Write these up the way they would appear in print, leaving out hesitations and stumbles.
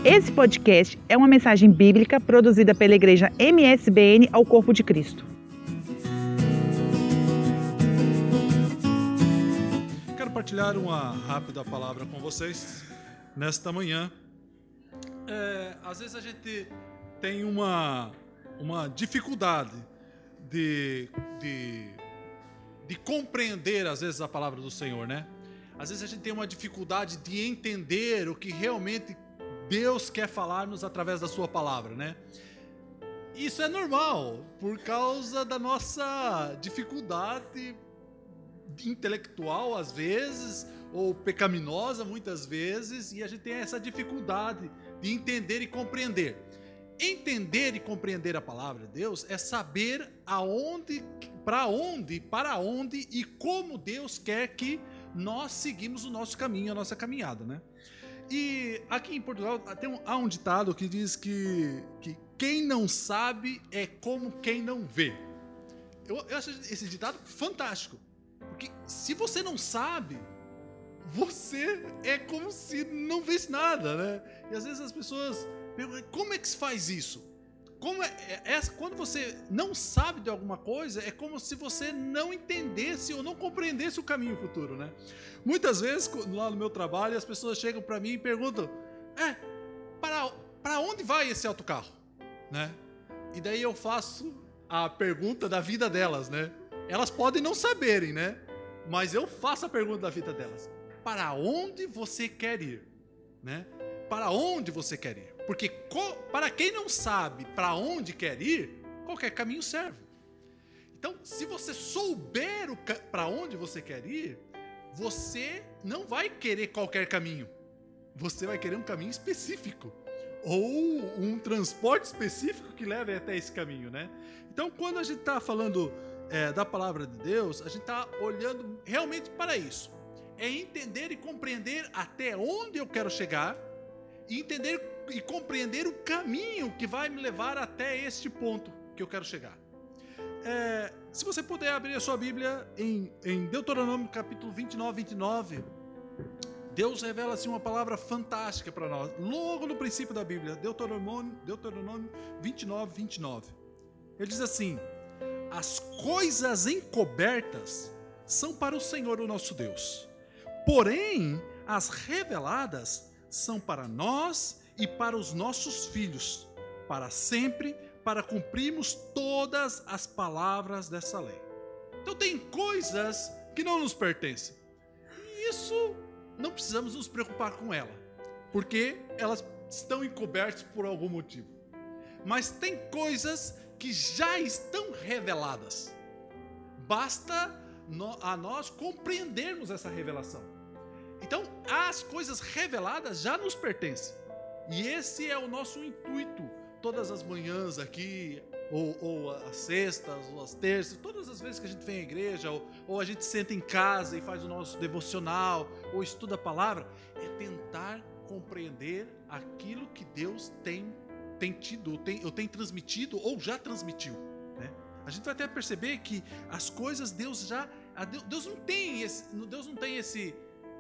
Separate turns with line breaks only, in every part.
Esse podcast é uma mensagem bíblica produzida pela Igreja MSBN ao Corpo de Cristo.
Quero partilhar uma rápida palavra com vocês nesta manhã. Às vezes a gente tem uma dificuldade de compreender, às vezes, a palavra do Senhor, né? Às vezes a gente tem uma dificuldade de entender o que realmente Deus quer falar-nos através da sua palavra, né? Isso é normal, por causa da nossa dificuldade intelectual, às vezes, ou pecaminosa, muitas vezes, e a gente tem essa dificuldade de entender e compreender. Entender e compreender a palavra de Deus é saber para onde e como Deus quer que nós seguimos o nosso caminho, a nossa caminhada, né? E aqui em Portugal há um ditado que diz que quem não sabe é como quem não vê. Eu acho esse ditado fantástico, porque se você não sabe, você é como se não visse nada, né? E às vezes as pessoas perguntam, como é que se faz isso? Quando você não sabe de alguma coisa, é como se você não entendesse ou não compreendesse o caminho futuro, né? Muitas vezes, lá no meu trabalho, as pessoas chegam para mim e perguntam, para onde vai esse autocarro? Né? E daí eu faço a pergunta da vida delas, né? Elas podem não saberem, né? Mas eu faço a pergunta da vida delas. Para onde você quer ir? Né? Para onde você quer ir? Porque para quem não sabe para onde quer ir, qualquer caminho serve. Então, se você souber para onde você quer ir, você não vai querer qualquer caminho. Você vai querer um caminho específico. Ou um transporte específico que leve até esse caminho, né? Então, quando a gente está falando da palavra de Deus, a gente está olhando realmente para isso. É entender e compreender até onde eu quero chegar e entender e compreender o caminho que vai me levar até este ponto que eu quero chegar. Se você puder abrir a sua Bíblia em Deuteronômio capítulo 29, Deus revela assim uma palavra fantástica para nós, logo no princípio da Bíblia, Deuteronômio 29. Ele diz assim: as coisas encobertas são para o Senhor o nosso Deus, porém as reveladas são para nós e para os nossos filhos, para sempre, para cumprirmos todas as palavras dessa lei. Então tem coisas que não nos pertencem. E isso não precisamos nos preocupar com ela, porque elas estão encobertas por algum motivo. Mas tem coisas que já estão reveladas. Basta a nós compreendermos essa revelação. Então, as coisas reveladas já nos pertencem. E esse é o nosso intuito, todas as manhãs aqui, ou as sextas, ou as terças, todas as vezes que a gente vem à igreja, ou a gente senta em casa e faz o nosso devocional, ou estuda a palavra, é tentar compreender aquilo que Deus tem transmitido, ou já transmitiu, né? A gente vai até perceber que as coisas Deus não tem esse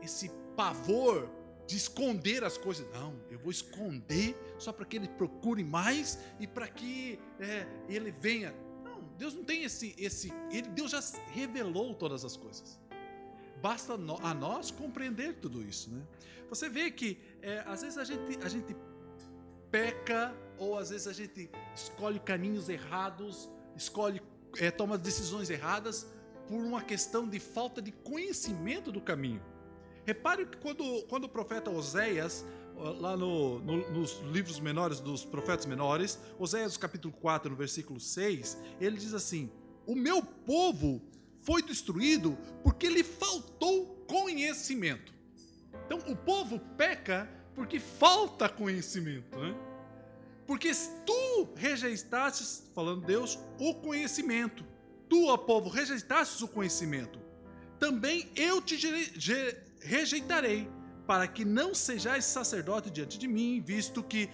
pavor de esconder as coisas. Não, eu vou esconder só para que ele procure mais e para que ele venha. Não, Deus não tem Deus já revelou todas as coisas. Basta a nós compreender tudo isso, né? Você vê que às vezes a gente peca, ou às vezes a gente escolhe caminhos errados, toma decisões erradas por uma questão de falta de conhecimento do caminho. Repare que quando o profeta Oséias, lá nos livros menores dos profetas menores, Oséias capítulo 4, no versículo 6, ele diz assim: o meu povo foi destruído porque lhe faltou conhecimento. Então o povo peca porque falta conhecimento, né? Porque tu rejeitastes, falando Deus, o conhecimento. Tu, ó povo, rejeitastes o conhecimento. Também eu te rejeitarei, para que não sejais sacerdote diante de mim, visto que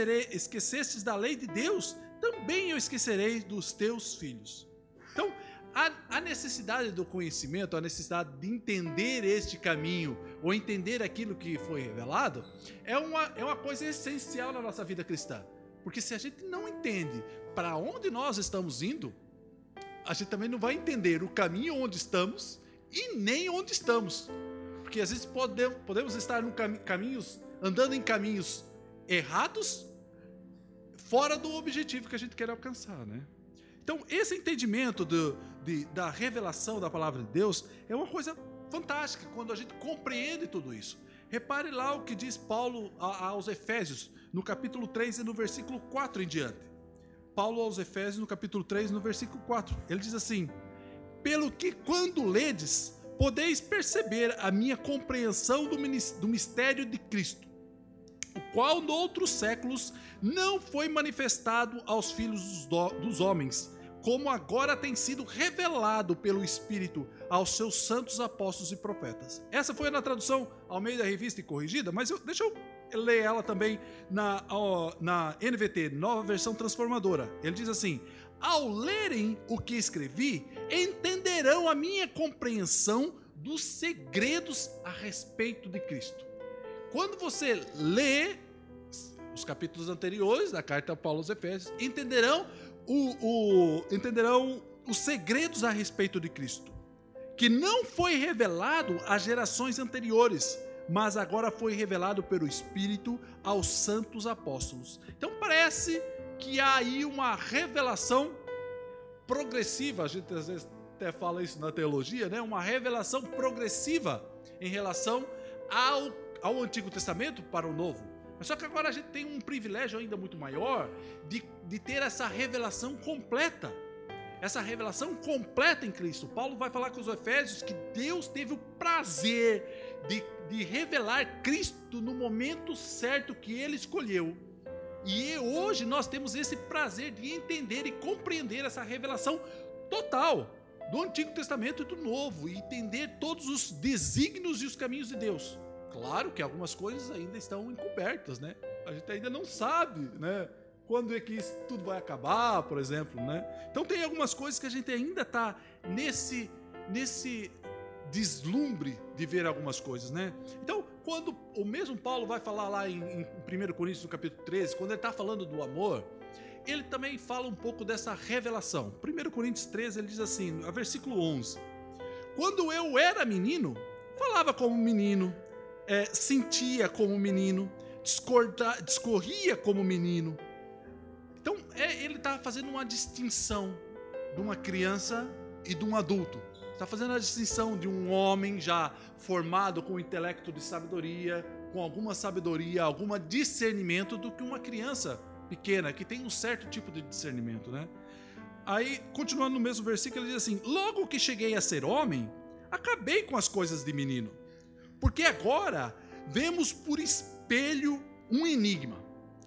esquecestes da lei de Deus, também eu esquecerei dos teus filhos. Então, a necessidade do conhecimento, a necessidade de entender este caminho, ou entender aquilo que foi revelado, é uma coisa essencial na nossa vida cristã. Porque se a gente não entende para onde nós estamos indo, a gente também não vai entender o caminho onde estamos e nem onde estamos. Porque às vezes podemos estar andando em caminhos errados, fora do objetivo que a gente quer alcançar, né? Então, esse entendimento da revelação da palavra de Deus é uma coisa fantástica, quando a gente compreende tudo isso. Repare lá o que diz Paulo aos Efésios, no capítulo 3 e no versículo 4 em diante. Paulo aos Efésios, no capítulo 3, no versículo 4. Ele diz assim: pelo que quando ledes, podeis perceber a minha compreensão do mistério de Cristo, o qual noutros séculos não foi manifestado aos filhos dos homens, como agora tem sido revelado pelo Espírito aos seus santos apóstolos e profetas. Essa foi na tradução Almeida Revista e Corrigida, mas deixa eu ler ela também na NVT, Nova Versão Transformadora. Ele diz assim: ao lerem o que escrevi, entenderão a minha compreensão dos segredos a respeito de Cristo. Quando você lê os capítulos anteriores da carta a Paulo aos Efésios, entenderão os segredos a respeito de Cristo, que não foi revelado às gerações anteriores, mas agora foi revelado pelo Espírito aos santos apóstolos. Então parece que há aí uma revelação progressiva, a gente às vezes até fala isso na teologia, né? Uma revelação progressiva em relação ao Antigo Testamento para o Novo. Mas só que agora a gente tem um privilégio ainda muito maior de ter essa revelação completa. Essa revelação completa em Cristo. Paulo vai falar com os Efésios que Deus teve o prazer de revelar Cristo no momento certo que Ele escolheu. E hoje nós temos esse prazer de entender e compreender essa revelação total do Antigo Testamento e do Novo, e entender todos os desígnios e os caminhos de Deus. Claro que algumas coisas ainda estão encobertas, né? A gente ainda não sabe, né? Quando é que isso tudo vai acabar, por exemplo, né? Então tem algumas coisas que a gente ainda está nesse deslumbre de ver algumas coisas, né? Então, quando o mesmo Paulo vai falar lá em 1 Coríntios, no capítulo 13, quando ele está falando do amor, ele também fala um pouco dessa revelação. 1 Coríntios 13, ele diz assim, a versículo 11: quando eu era menino, falava como menino, sentia como menino, discorria como menino. Então, ele está fazendo uma distinção de uma criança e de um adulto. Está fazendo a distinção de um homem já formado com intelecto de sabedoria, com alguma sabedoria, algum discernimento, do que uma criança pequena, que tem um certo tipo de discernimento, né? Aí, continuando no mesmo versículo, ele diz assim: logo que cheguei a ser homem, acabei com as coisas de menino. Porque agora vemos por espelho um enigma,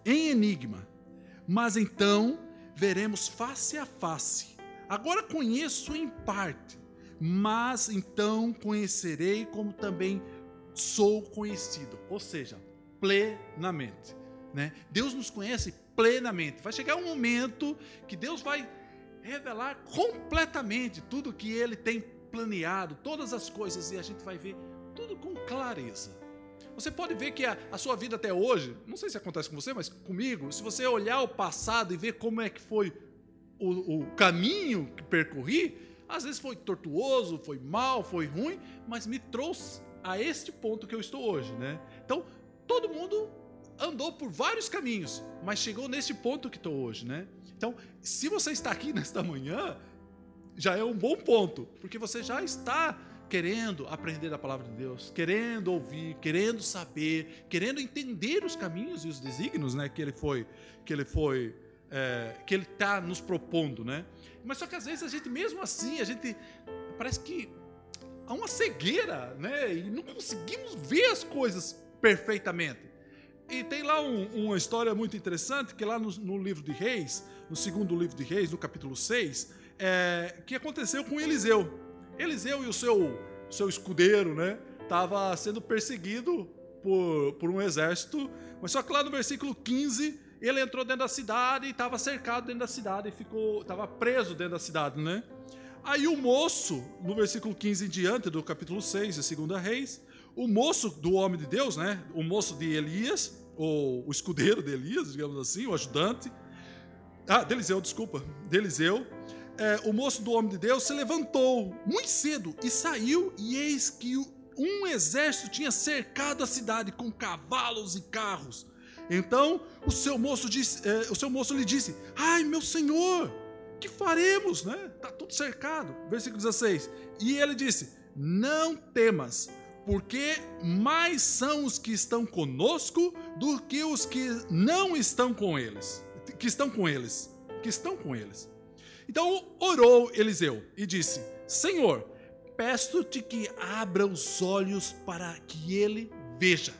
mas então veremos face a face. Agora conheço em parte, mas então conhecerei como também sou conhecido. Ou seja, plenamente, né? Deus nos conhece plenamente. Vai chegar um momento que Deus vai revelar completamente tudo que Ele tem planeado, todas as coisas, e a gente vai ver tudo com clareza. Você pode ver que a sua vida até hoje, não sei se acontece com você, mas comigo, se você olhar o passado e ver como é que foi o caminho que percorri, às vezes foi tortuoso, foi mal, foi ruim, mas me trouxe a este ponto que eu estou hoje, né? Então, todo mundo andou por vários caminhos, mas chegou neste ponto que estou hoje, né? Então, se você está aqui nesta manhã, já é um bom ponto, porque você já está querendo aprender a palavra de Deus, querendo ouvir, querendo saber, querendo entender os caminhos e os desígnios, né, que ele está nos propondo, né? Mas só que às vezes a gente, mesmo assim, parece que há uma cegueira, né? E não conseguimos ver as coisas perfeitamente. E tem lá uma história muito interessante, que lá no livro de Reis, no segundo livro de Reis, no capítulo 6, que aconteceu com Eliseu. Eliseu e o seu escudeiro, né, estava sendo perseguido por um exército, mas só que lá no versículo 15, ele entrou dentro da cidade e estava cercado dentro da cidade e estava preso dentro da cidade, né? Aí o moço, no versículo 15 em diante, do capítulo 6 de 2 Reis, o moço do homem de Deus, né? O moço de Elias, ou o escudeiro de Elias, digamos assim, o ajudante, de Eliseu, o moço do homem de Deus se levantou muito cedo e saiu, e eis que um exército tinha cercado a cidade com cavalos e carros. Então o seu moço lhe disse: ai, meu senhor, que faremos, né? Está tudo cercado. Versículo 16. E ele disse: não temas, porque mais são os que estão conosco do que os que não estão com eles. Que estão com eles. Então orou Eliseu e disse: Senhor, peço-te que abra os olhos para que ele veja.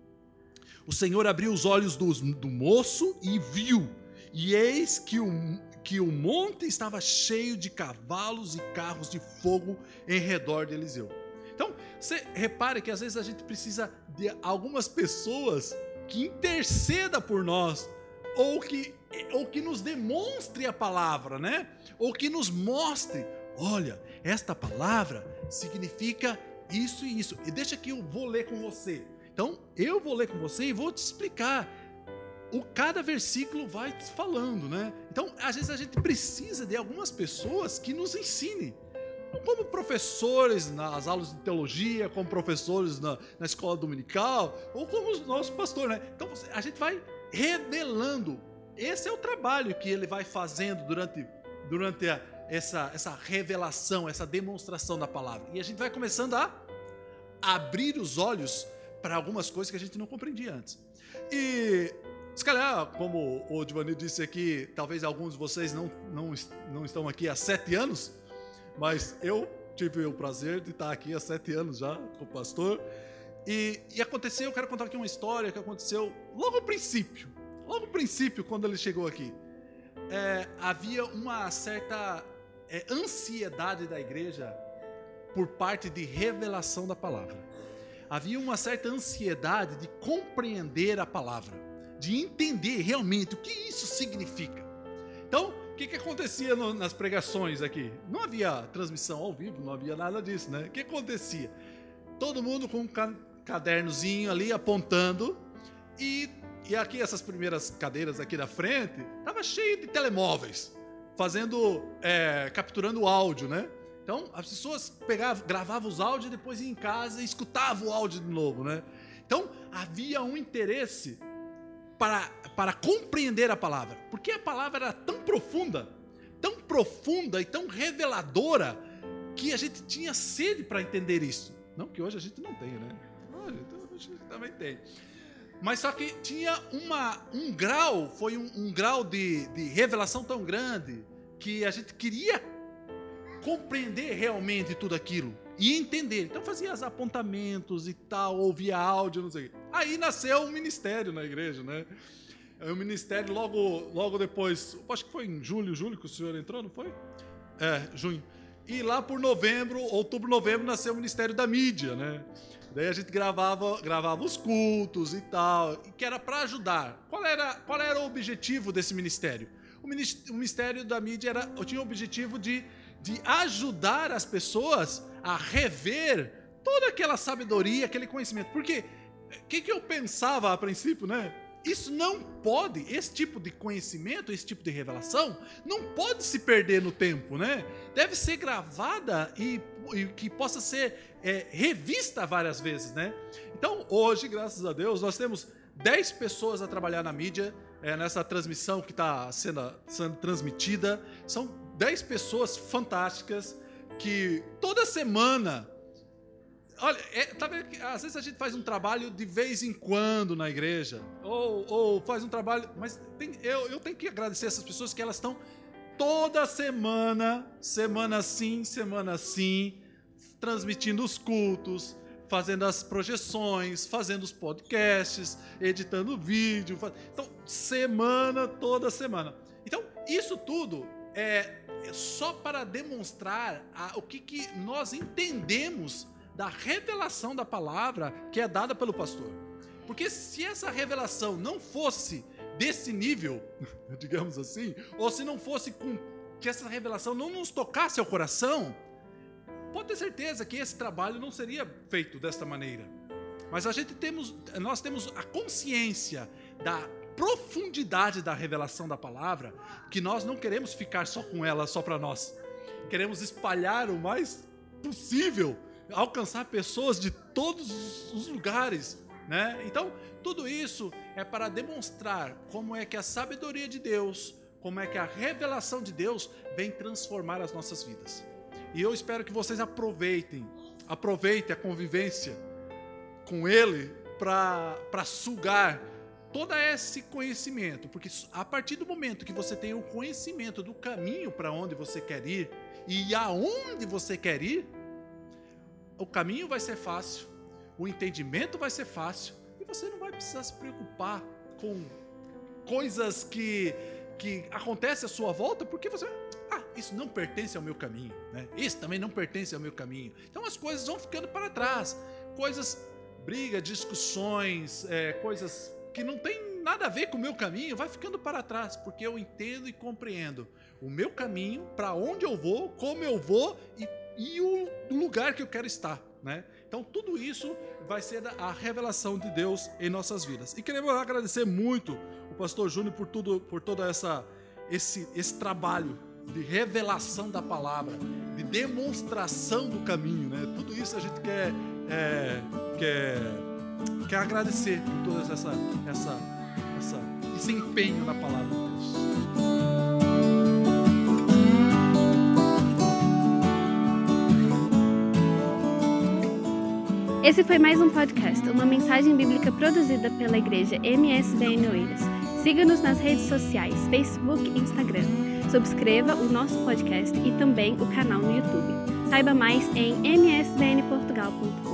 O Senhor abriu os olhos do moço e viu, e eis que o monte estava cheio de cavalos e carros de fogo em redor de Eliseu. Então, você repare que às vezes a gente precisa de algumas pessoas que intercedam por nós, ou que nos demonstre a palavra, né? Ou que nos mostre: olha, esta palavra significa isso e isso. E deixa que eu vou ler com você. Então, eu vou ler com você e vou te explicar. Cada versículo vai te falando, né? Então, às vezes a gente precisa de algumas pessoas que nos ensinem. Como professores nas aulas de teologia, como professores na escola dominical, ou como o nosso pastor, né? Então, a gente vai revelando. Esse é o trabalho que ele vai fazendo durante essa revelação, essa demonstração da palavra. E a gente vai começando a abrir os olhos para algumas coisas que a gente não compreendia antes. E, se calhar, como o Giovanni disse aqui, talvez alguns de vocês não estão aqui há 7 anos, mas eu tive o prazer de estar aqui há 7 anos já com o pastor. E aconteceu, eu quero contar aqui uma história que aconteceu logo no princípio, quando ele chegou aqui. Havia uma certa ansiedade da igreja por parte de revelação da palavra. Havia uma certa ansiedade de compreender a palavra, de entender realmente o que isso significa. Então, o que acontecia nas pregações aqui? Não havia transmissão ao vivo, não havia nada disso, né? O que acontecia? Todo mundo com um cadernozinho ali apontando, e aqui essas primeiras cadeiras aqui da frente estava cheio de telemóveis, capturando o áudio, né? Então as pessoas gravavam os áudios e depois iam em casa e escutavam o áudio de novo, né? Então havia um interesse para compreender a palavra, porque a palavra era tão profunda e tão reveladora, que a gente tinha sede para entender isso. Não que hoje a gente não tenha, né? Hoje a gente também tem. Mas só que tinha um grau, foi um grau de revelação tão grande, que a gente queria compreender realmente tudo aquilo e entender. Então fazia os apontamentos e tal, ouvia áudio, não sei o quê. Aí nasceu um ministério na igreja, né? O ministério logo depois, acho que foi em julho que o senhor entrou, não foi? Junho. E lá por outubro, novembro, nasceu o Ministério da Mídia, né? Daí a gente gravava os cultos e tal, e que era para ajudar. Qual era o objetivo desse ministério? O Ministério da Mídia tinha o objetivo de ajudar as pessoas a rever toda aquela sabedoria, aquele conhecimento. Porque o que eu pensava a princípio, né? Esse tipo de conhecimento, esse tipo de revelação, não pode se perder no tempo, né? Deve ser gravada e que possa ser revista várias vezes, né? Então, hoje, graças a Deus, nós temos 10 pessoas a trabalhar na mídia, nessa transmissão que está sendo transmitida. São 10 pessoas fantásticas que toda semana... Olha, tá vendo que às vezes a gente faz um trabalho de vez em quando na igreja, ou faz um trabalho, mas eu tenho que agradecer essas pessoas que elas estão toda semana sim, transmitindo os cultos, fazendo as projeções, fazendo os podcasts, editando vídeo. Então, toda semana. Então, isso tudo é só para demonstrar o que nós entendemos da revelação da palavra que é dada pelo pastor. Porque se essa revelação não fosse desse nível, digamos assim, ou se não fosse com que essa revelação não nos tocasse ao coração, pode ter certeza que esse trabalho não seria feito desta maneira. Mas nós temos a consciência da profundidade da revelação da palavra, que nós não queremos ficar só com ela, só para nós. Queremos espalhar o mais possível, alcançar pessoas de todos os lugares, né? Então, tudo isso é para demonstrar como é que a sabedoria de Deus, como é que a revelação de Deus vem transformar as nossas vidas. E eu espero que vocês aproveitem a convivência com Ele para sugar todo esse conhecimento, porque a partir do momento que você tem o conhecimento do caminho para onde você quer ir e aonde você quer ir, o caminho vai ser fácil, o entendimento vai ser fácil e você não vai precisar se preocupar com coisas que acontecem à sua volta, porque você isso não pertence ao meu caminho, né? Isso também não pertence ao meu caminho. Então as coisas vão ficando para trás, brigas, discussões, coisas que não tem nada a ver com o meu caminho, vai ficando para trás, porque eu entendo e compreendo o meu caminho, para onde eu vou, como eu vou e o lugar que eu quero estar, né? Então tudo isso vai ser a revelação de Deus em nossas vidas. E queremos agradecer muito o pastor Júnior por todo esse trabalho de revelação da palavra, de demonstração do caminho, né? Tudo isso a gente quer agradecer por todo esse empenho na palavra de Deus.
Esse foi mais um podcast, uma mensagem bíblica produzida pela Igreja MSBN Oeiras. Siga-nos nas redes sociais, Facebook e Instagram. Subscreva o nosso podcast e também o canal no YouTube. Saiba mais em msbnportugal.com.